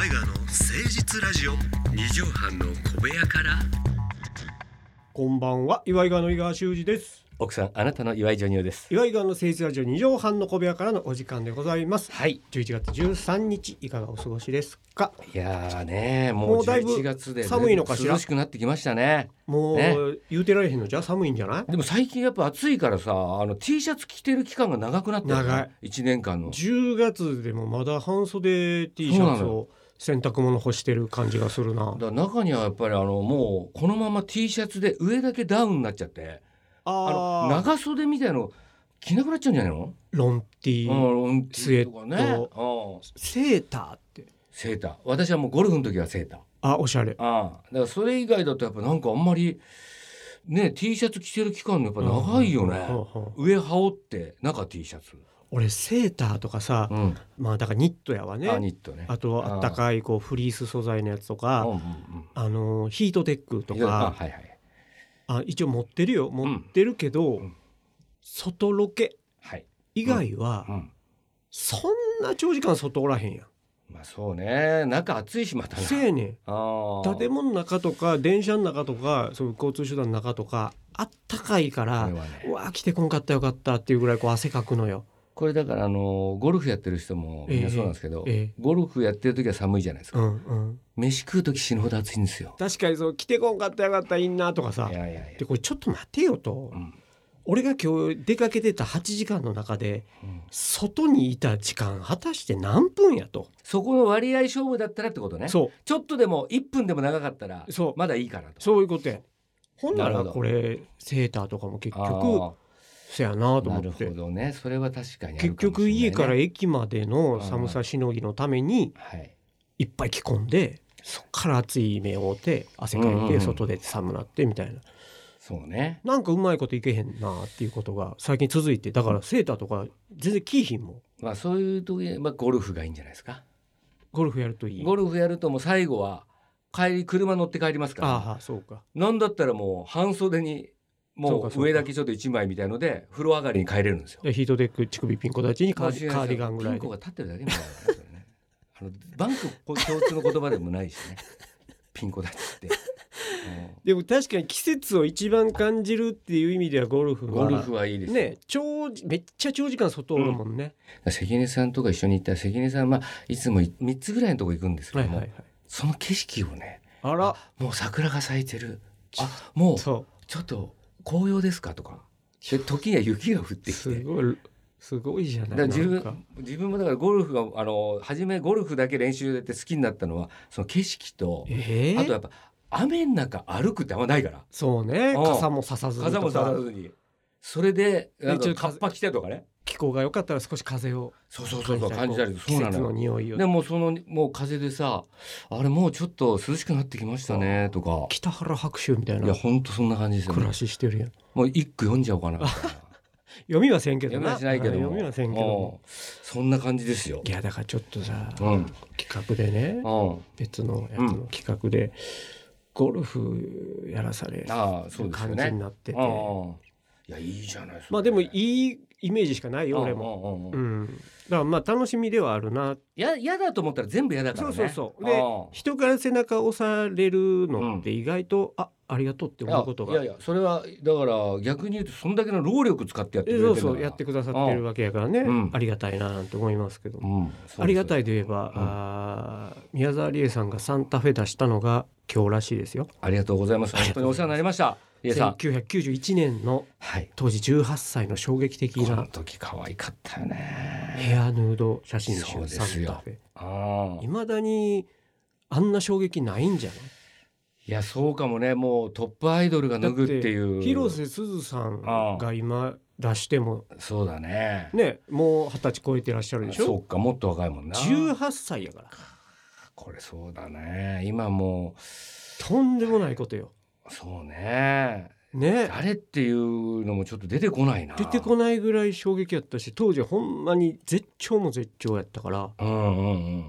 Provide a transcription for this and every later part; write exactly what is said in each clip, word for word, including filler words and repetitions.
岩井川の誠実ラジオ。 二畳半の小部屋から。 こんばんは、岩井川の井川修司です。 奥さん、あなたの岩井ジョニオです。 岩井川の誠実ラジオ二畳半の小部屋からのお時間でございます。 はい、 じゅういちがつじゅうさんにちいかがお過ごしですか？ いやーね、もうじゅういちがつで寒いのかしら。 涼しくなってきましたね。 もう、ね、言うてられへんのじゃ寒いんじゃない？ でも最近やっぱ暑いからさ、あの T シャツ着てる期間が長くなってる、ね、 長いいちねんかんの。 じゅうがつでもまだ半袖 T シャツを洗濯物干してる感じがするな。 だから中にはやっぱりあのもうこのまま T シャツで上だけダウンになっちゃって、ああの長袖みたいの着なくなっちゃうんじゃないの？ ロンティー、 うん、ロンテスウェィーとかね、 ット、セーターって。 セーター、私はもうゴルフの時はセーター。 あ、おしゃれ。 ああ、だからそれ以外だとやっぱなんかあんまりね T シャツ着てる期間やっぱ長いよね、うんうんうん、上羽織って中 T シャツ。 俺セーターとかさ、うん、まあだからニットやわね。 あ、ニットね。 あとあったかいこうフリース素材のやつとか、うんうんうん、あのヒートテックとか、 あ、はいはい、 あ、一応持ってるよ、持ってるけど、うん、外ロケ以外は、うんうん、そんな長時間外おらへんやん。 まあそうね、中暑いしまたな。 せやねん。あ、建物の中とか電車の中とかそういう交通手段の中とかあったかいから、ね、うわ来てこんかったよかったっていうぐらいこう汗かくのよ。 これだからあのゴルフやってる人もみんなそうなんですけど、えーえー、ゴルフやってる時は寒いじゃないですか、うんうん、飯食う時死ぬほど暑いんですよ。 確かにそう、来てこんかったよかったいいなとかさ。いやいやいや、でこれちょっと待てよと、うん、俺が今日出かけてたはちじかんの中で、うん、外にいた時間果たして何分やと。 そこの割合勝負だったらってことね。そう、ちょっとでもいっぷんでも長かったらまだいいかなと。 そういうことや。ほんならこれセーターとかも結局そやなと思って。なるほどね、 それは確かにあるかもしれないね。 結局家から駅までの寒さしのぎのためにいっぱい着込んで、そっから暑い目を覆って汗かいて外で寒なってみたいな、うんうんうん、 そうね、 なんかうまいこといけへんなっていうことが最近続いて、だからセーターとか全然着いひんもん。 まあそういう時、まあ、ゴルフがいいんじゃないですか。 ゴルフやるといい。 ゴルフやるともう最後は帰り車乗って帰りますから、ね、 ああそうか。 なんだったらもう半袖にもう上だけちょっといちまいみたいので風呂上がりに帰れるんですよ。 ヒートテック乳首ピンコ立ちにカーディガンぐらいでピンコが立ってるだけみたいな、ね、あのバンク共通の言葉でもないしねピンコ立ちってでも確かに季節を一番感じるっていう意味ではゴルフはゴルフはいいですね。長めっちゃ長時間外おるもんね、 うん、関根さんとか一緒に行ったら関根さんは、まあ、いつもみっつぐらいのとこ行くんですけども、はいはいはい、その景色をね、あらもう桜が咲いてる、あもうちょっと紅葉ですかとかで時には雪が降ってきてすごいすごいじゃない。 だから自分自分もだからゴルフがあの初めゴルフだけ練習でって好きになったのはその景色と、えー、あとやっぱ雨の中歩くってあんまないから。 そうね、傘もささずにとか。 傘もささずにそれでなんかカッパ着てとかね、 気候が良かったら少し風をそうそうそうそう感じたり、 季節の匂いを。 でもそのもう風でさ、あれもうちょっと涼しくなってきましたねとか、 北原白秋みたいな。 いや本当そんな感じですよね。 暮らししてるやん。 もう一句読んじゃおうかなみたいな読みはせんけどな。 読みはしないけども、 読みはせんけどもそんな感じですよ。 いやだからちょっとさ、うん、企画でね、うん、別のやつの企画で、うん、ゴルフやらされる感じになってて、 いやいいじゃないですか。 まあでもいいイメージしかないよ俺も、うん、だからまあ楽しみではあるな。 や嫌だと思ったら全部嫌だからね。 そうそうそうで人から背中を押されるのって意外と、うん、あありがとうって思うことが、 いやいやそれはだから逆に言うとそんだけの労力使ってやってくれてるんだから、 そうそうやってくださってるわけやからね、うん、ありがたいななんて思いますけど、うん、ありがたいといえば、うん、あ宮沢りえさんがサンタフェ出したのが今日らしいですよ。 ありがとうございます。本当にお世話になりました。 せんきゅうひゃくきゅうじゅういちねんの当時じゅうはっさいの衝撃的な、 この時可愛かったよね、 ヘアヌード写真集サンタフェ。いまだにあんな衝撃ないんじゃない？ いやそうかもね。もうトップアイドルが脱ぐっていう。 広瀬すずさんが今出してもそうだねね、もう二十歳超えてらっしゃるでしょ。 そうか、もっと若いもんな。 じゅうはっさいやから。 これそうだね。今もうとんでもないことよ。 そうね。 ね、 誰っていうのもちょっと出てこないな。 出てこないぐらい衝撃やったし、当時ほんまに絶頂も絶頂やったから、うんうんうん、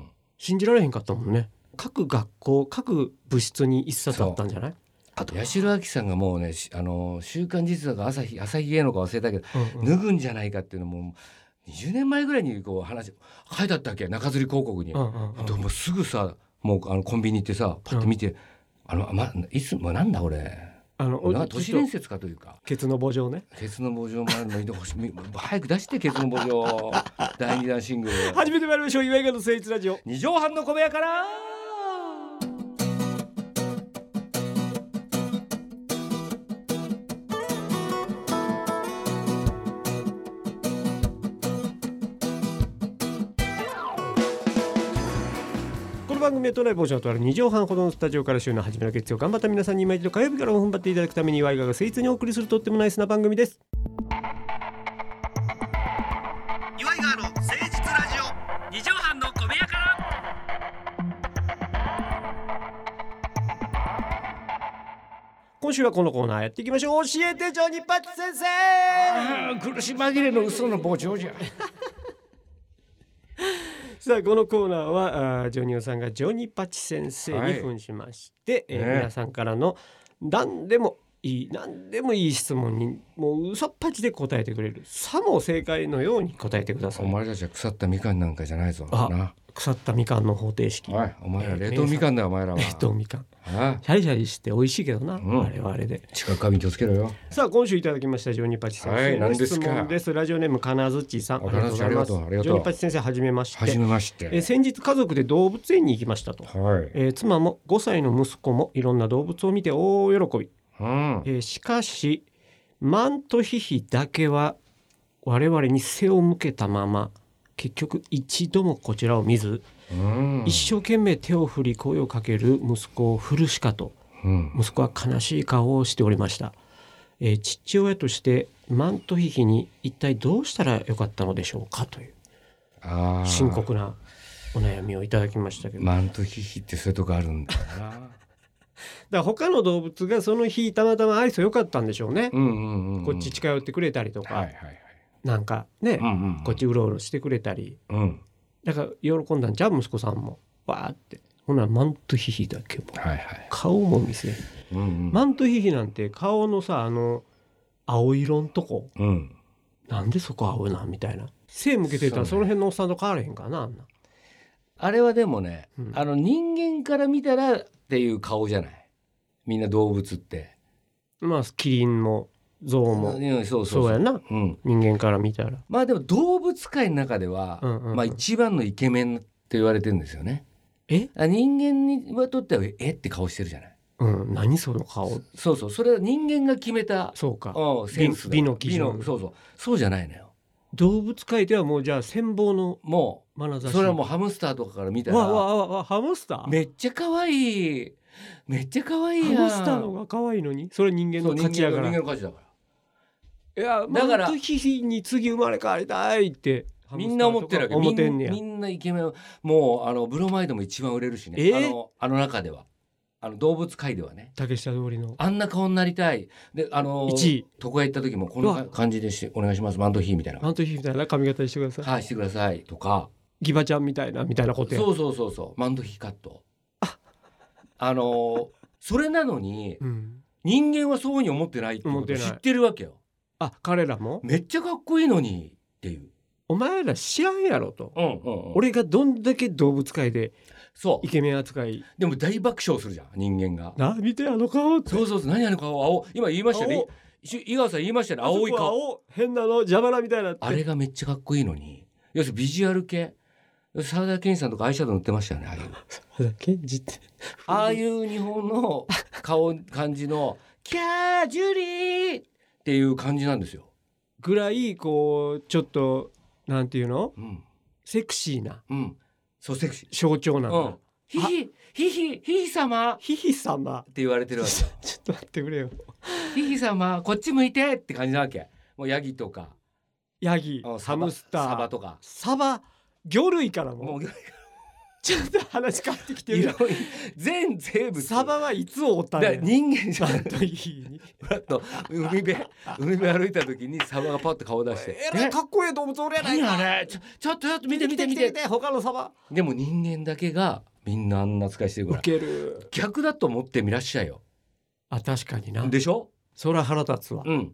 信じられへんかったもんね。各学校各部室に一冊あったんじゃない？ あと八代亜紀さんがもうね、あの週刊実話か朝日朝日芸能か忘れたけど、うんうん、脱ぐんじゃないかっていうのもにじゅうねんまえぐらいにこう話書いてあったっけ、中吊り広告に、うんうんうん、でもすぐさもうあのコンビニ行ってさパッと見て、うん、あの、ま、いつもなんだ俺あのなんか都市伝説かというかケツの墓場ね、 ケツの墓場もいてほしい早く出してケツの墓場だいにだんシングル始めてまいりましょう。岩井川の誠実ラジオに畳半の小部屋から。 番組は都内某所とあるに畳半ほどのスタジオから週の初めの月曜頑張った皆さんに今一度火曜日から踏ん張っていただくために岩井川が誠実にお送りするとってもナイスな番組です。 岩井川の誠実ラジオに畳半の小部屋から。 今週はこのコーナーやっていきましょう。教えてジョニパチ先生。 あ苦し紛れの嘘の墓場じゃさあこのコーナーはあジョニオさんがジョニパチ先生に扮しまして、はいえーね、皆さんからの何でもいい何でもいい質問にもう嘘っぱちで答えてくれる、さも正解のように答えてください。 お前たちは腐ったみかんなんかじゃないぞな。 腐ったみかんの方程式、 はい、お前ら冷凍みかんだよ、えー、お前らは冷凍みかんシャリシャリして美味しいけどな、うん、我々で近く髪気をつけろよ。 さあ今週いただきましたジョニパチ先生の質問です。ラジオネーム金槌さん、ありがとうございます。ジョニパチ先生はじめまして。 はじめまして。 えー、先日家族で動物園に行きましたと、はいえー、妻もごさいの息子もいろんな動物を見て大喜び、うんえー、しかしマントヒヒだけは我々に背を向けたまま結局一度もこちらを見ず、うん、一生懸命手を振り声をかける息子を振るしかと、うん、息子は悲しい顔をしておりました。えー、父親としてマントヒヒに一体どうしたらよかったのでしょうかというあ深刻なお悩みをいただきましたけど、 マントヒヒってそういうとこあるんだよなだから他の動物がその日たまたま愛想良かったんでしょうね、うんうんうんうん、こっち近寄ってくれたりとか、はいはいはい、なんかね、うんうんうん、こっちうろうろしてくれたり、うん、だから喜んだんじゃん息子さんもわーってほなマントヒヒだけも、はいはい、顔も見せ、うんうん、マントヒヒなんて顔のさあの青色のとこ、うん、なんでそこ青いなみたいな背向けてたらその辺のおっさんと変われへんかなあんな。 あれはでもね、うん、あの人間から見たらっていう顔じゃない、みんな動物って。 まあキリンもゾウも、うん、そうそうそう、そうやな、うん、人間から見たら。 まあでも動物界の中では、うんうんうん、まあ、一番のイケメンって言われてるんですよね。え人間にはとってはえって顔してるじゃない、 うん、何その顔。 そうそう、それは人間が決めたそうか、 うん、センス美の基準。 美のそうそうそうじゃないのよ。 動物界ではもうじゃあ羨望のもう眼差し。それはもうハムスターとかから見たらわわわわハムスターめっちゃ可愛いめっちゃ可愛いやん。 ハムスターのが可愛いのにそれ人間の価値やから。 人間の価値だから。 いやだからマントヒヒに次生まれ変わりたいってみんな思ってるわけ。 思ってんねや。 みんなイケメン。もうあのブロマイドも一番売れるしね、えー、あのあの中ではあの動物界ではね、 竹下通りのあんな顔になりたいで、あのいちい床屋行った時もこの感じでしてお願いしますマントヒーみたいな、 マントヒーみたいな髪型にしてください、 はい、してくださいとか、 ギバちゃんみたいなみたいなことや。 そうそうそうそう、マントヒーカットあ, あのそれなのに、うん、人間はそうに思ってないってことを知ってるわけよ。 あ、彼らもめっちゃかっこいいのにっていう。 お前ら知らんやろと、うんうんうん、俺がどんだけ動物界でそうイケメン扱い。 でも大爆笑するじゃん人間が。 な見てあの顔って。 そうそうそう、何あの顔青、今言いましたね、井川さん言いましたね、青い顔、青変なの蛇腹みたいなって。 あれがめっちゃかっこいいのに、要するにビジュアル系、沢田研二さんとかアイシャドウ塗ってましたよね、ああいう沢田研二ってああいう日本の顔感じのキャージュリーっていう感じなんですよ。 ぐらいこうちょっとなんていうの、うん、セクシーな、うん、 そうセクシー象徴なんだ、うん、 ヒヒヒヒヒヒ様ヒヒ様って言われてるわけちょっと待ってくれよヒヒ様こっち向いてって感じなわけ。もうヤギとかヤギ、ハムスター、 サバとかサバ、魚類からももう魚類ちょっと話変わってきてる。 全生物。 サバはいつおったんや。 人間じゃんといいに。 パッと海辺海辺歩いた時にサバがパッと顔出して。 えらいかっこいい動物おるやないか。 何あれ。ちょちょっとちょっと見て見て見て見て。 他のサバ。 でも人間だけがみんなあんな扱いしてるから。 ウケる。 逆だと思ってみらっしゃいよ。 あ、確かにな。 でしょ。 それは腹立つわ。 うん。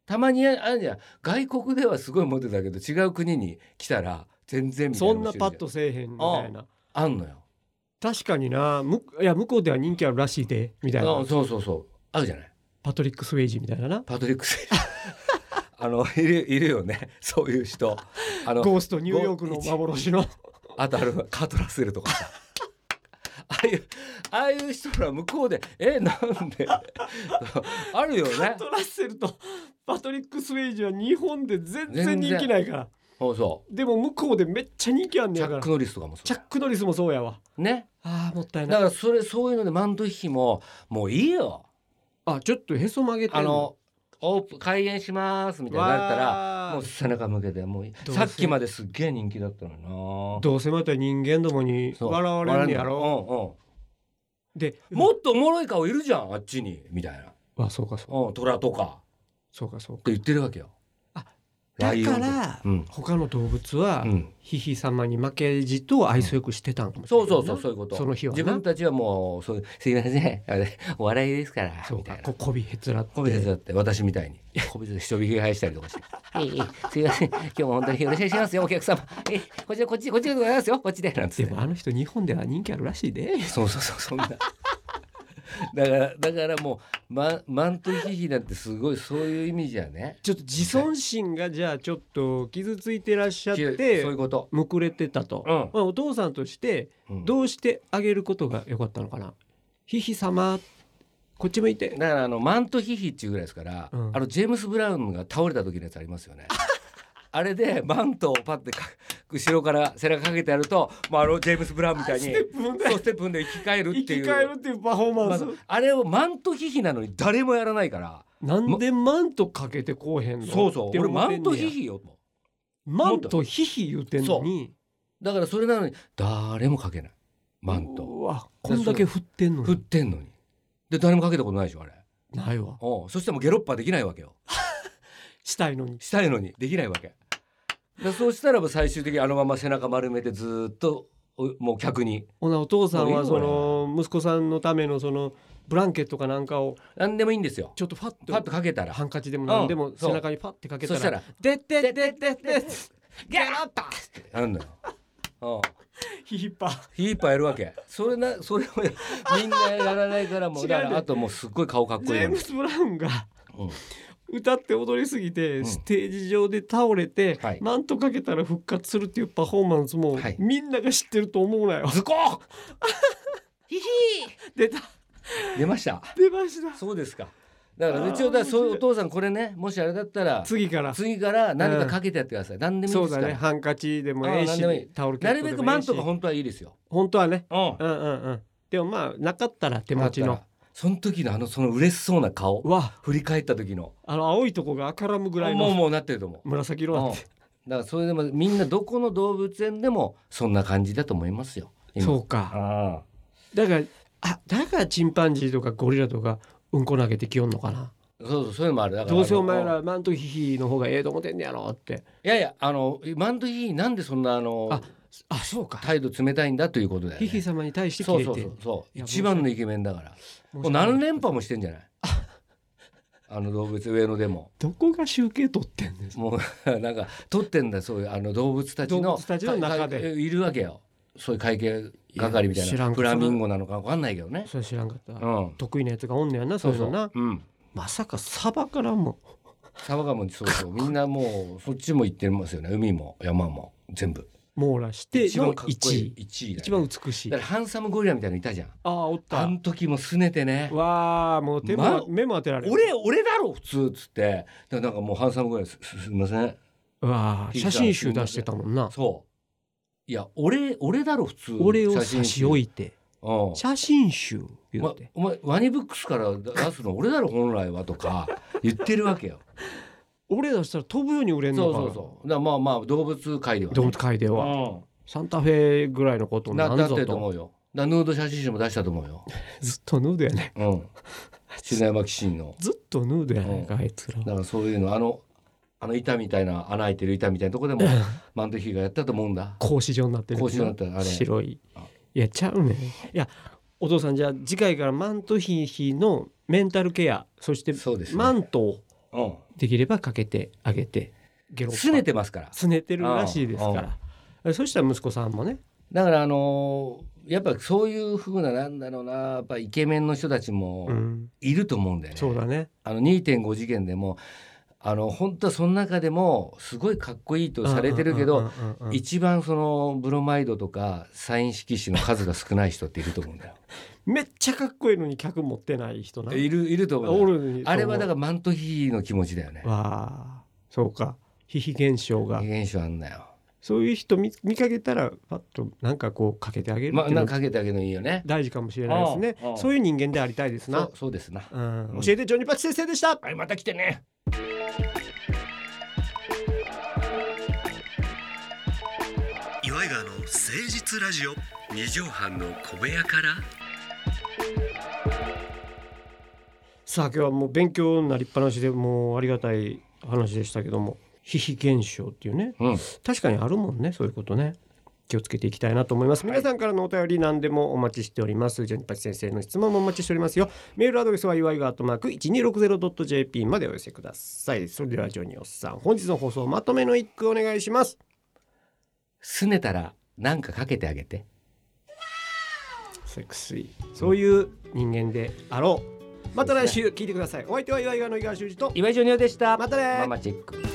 たまにあるじゃん、外国ではすごいモテたけど違う国に来たら全然みたいな、 そんなパッとせえへんみたいな。 あ, あんのよ。 確かにな、むいや向こうでは人気あるらしいでみたいな。 あ、そうそうそう、あるじゃない、 パトリック・スウェイジみたいなな。 パトリック・スウェイジあのいるいるよね、そういう人。あのゴーストニューヨークの幻のあとあるカートラッセルとかさああいうああいう人ら向こうでえなんであるよね。 カートラッセルとパトリック・スウェイジは日本で全然人気ないから。 そうそう、 でも向こうでめっちゃ人気あんねやから。 チャック・ノリスとかもそう。 チャック・ノリスもそうやわね。 あーもったいない。 だからそれそういうのでマントヒヒももういいよ。 あ、ちょっとへそ曲げてあのオープン開演しますみたいになったらもう背中向けて、もうさっきまですっげえ人気だったのにな。 どうせまた人間どもに笑われるんやろ。 うんうんでもっとおもろい顔いるじゃんあっちにみたいな。 あ、そうかそうか、 うん、虎とかそうかそうかって言ってるわけよ。 あ、だから、うん、他の動物は、うん、ヒヒ様に負けじと愛想よくしてたんかもしれない、うん、そうそうそう、そういうこと。その日は自分たちはもうそうすいませんあれお笑いですからみたいな。こびへつらってこびへつらって私みたいにこびへつら人引き生やしたりとかしていいすいません今日も本当によろしくお願いしますよお客様えこちらこっちこっちでございますよこっちでなんつって。でもあの人日本では人気あるらしいで。そうそうそう、そんなだからだからもう、ま、マントヒヒなんてすごいそういう意味じゃね、ちょっと自尊心がじゃあちょっと傷ついてらっしゃってそういうことむくれてたと、うん、まあ、お父さんとしてどうしてあげることが良かったのかな、うん、ヒヒ様こっち向いて。だからあのマントヒヒっていうぐらいですから、うん、あのジェームス・ブラウンが倒れた時のやつありますよねあれでマントをパッて後ろから背中かけてやると、まあ、あのジェームス・ブラウンみたいにステップ踏んでそうステップ踏んで生き返るっていう生き返るっていうパフォーマンス、まあ、あれをマントヒヒなのに誰もやらないから、なんでマントかけてこうへんの。そうそう、俺マントヒヒよマントヒヒ言うてんのに、だからそれなのに誰もかけないマント。うわ、こんだけ振ってんのに振ってんのにで誰もかけたことないでしょあれ。ないわ。おそしてもゲロッパできないわけよしたいのにしたいのにできないわけで、そうしたら最終的にあのまま背中丸めてずっともう客におなお父さんはその息子さんのためのそのブランケットかなんかを何でもいいんですよ、ちょっとファッとファッとかけたらハンカチでも何でも背中にパッてかけたら、そしたらでってってってってゲロッパってなんだよヒヒッパヒヒッパやるわけ。それなそれをみんなやらないからもうだからあともうすっごい顔かっこいいのにジェームス・ブラウンが、うん歌って踊りすぎて、うん、ステージ上で倒れて、はい、マントかけたら復活するっていうパフォーマンスも、はい、みんなが知ってると思うなよ。ズコーヒヒ出た出ました出ました。そうですか。だから一応だそうお父さんこれね、もしあれだったら次から次から何かかけてやってください、うん、何でもいいですから。そうだね、ハンカチでもええしタオルケットでもええし、なるべくマントが本当はいいですよ本当はね、うん、うんうんうんでもまあなかったら手持ちのその時のあのその嬉しそうな顔わ振り返った時のあの青いとこが赤らむぐらいのもうもうなってると思う紫色なって、うん、だからそれでもみんなどこの動物園でもそんな感じだと思いますよ今。そうか。あだからあだからチンパンジーとかゴリラとかうんこ投げてきよんのかな。そうそうそういうのもある。だからどうせお前らマントヒヒの方がええと思ってんねやろって。いやいやあのマントヒヒなんでそんなあのああそうか態度冷たいんだということだよね。ヒヒ様に対してキレてそうそうそうそう一番のイケメンだからもう何連覇もしてんじゃないあの動物上野でもどこが集計取ってんですか。もうなんか取ってんだそういうあの動物たちの動物たちの中でいるわけよ。そういう会計係みたいなフラミンゴなのか分かんないけどね。それ知らんかった、うん、得意なやつがおんねやな。そうそうな、うん、まさかサバからもサバがもそうそうみんなもうそっちも行ってますよね。海も山も全部網羅して一番かっこいいいちい、ね、一番美しい。だからハンサムゴリラみたいなのいたじゃん。ああおった。あの時もすねてねわあもう手も、ま、目も当てられる。俺俺だろ普通っつってなんかもうハンサムゴリラ す, すみませんわあ写真集出してたもんな。そういや俺俺だろ普通俺を差し置いて、うん、写真集言って、ま、お前ワニブックスから出すの俺だろ本来はとか言ってるわけよ俺出したら飛ぶように売れんのかな。そうそうそうだからまあまあ動物界では、ね、動物界では、うん、サンタフェぐらいのことになるぞとなってると思うよ。だヌード写真集も出したと思うよずっとヌードやねうん篠山紀信のずっとヌードやねんか、うん、あいつらだからそういうのあのあの板みたいな穴開いてる板みたいなとこでもマントヒヒがやったと思うんだ。格子状になってる格子状になってるあれ白いいやちゃうねん。いやお父さんじゃあ次回からマントヒヒのメンタルケアそしてマントをうん、できればかけてあげてゲロすねてますからすねてるらしいですから、そしたら息子さんもねだからあのー、やっぱそういう風ななんだろうなやっぱイケメンの人たちもいると思うんだよね、 うん、そうだねあの にてんご 次元でもあの本当はその中でもすごいかっこいいとされてるけど一番そのブロマイドとかサイン色紙の数が少ない人っていると思うんだよめっちゃかっこいいのに客持ってない人ないるいると思う。あれはだからマントヒヒの気持ちだよね。 わあそうかヒヒ現象がヒヒ現象あんだよ。 そういう人 見, 見かけたらパッとなんかこうかけてあげるっていうの、 まあ、なんかかけてあげるのいいよね。 大事かもしれないですね。ああああそういう人間でありたいですな。 そう、そうですな、 うん、教えてジョニパチ先生でした。 はい、また来てね。 岩井川の誠実ラジオ、二畳半の小部屋から。 さあ今日はもう勉強になりっぱなしでもうありがたい話でしたけども、ヒヒ現象っていうね、うん、確かにあるもんね、そういうことね。気をつけていきたいなと思います。皆さんからのお便り何でもお待ちしております。ジョニパチ先生の質問もお待ちしておりますよ。メールアドレスは岩井川アットマーク いちにーろくぜろドットジェーピー までお寄せください。それではジョニオスさん、本日の放送まとめの一句お願いします。 すねたらなんかかけてあげて。 セクシー、そういう人間であろう。また来週聞いてください。お相手は岩井川の井川修司と岩井ジョニオでした。 またね。 ママチェック。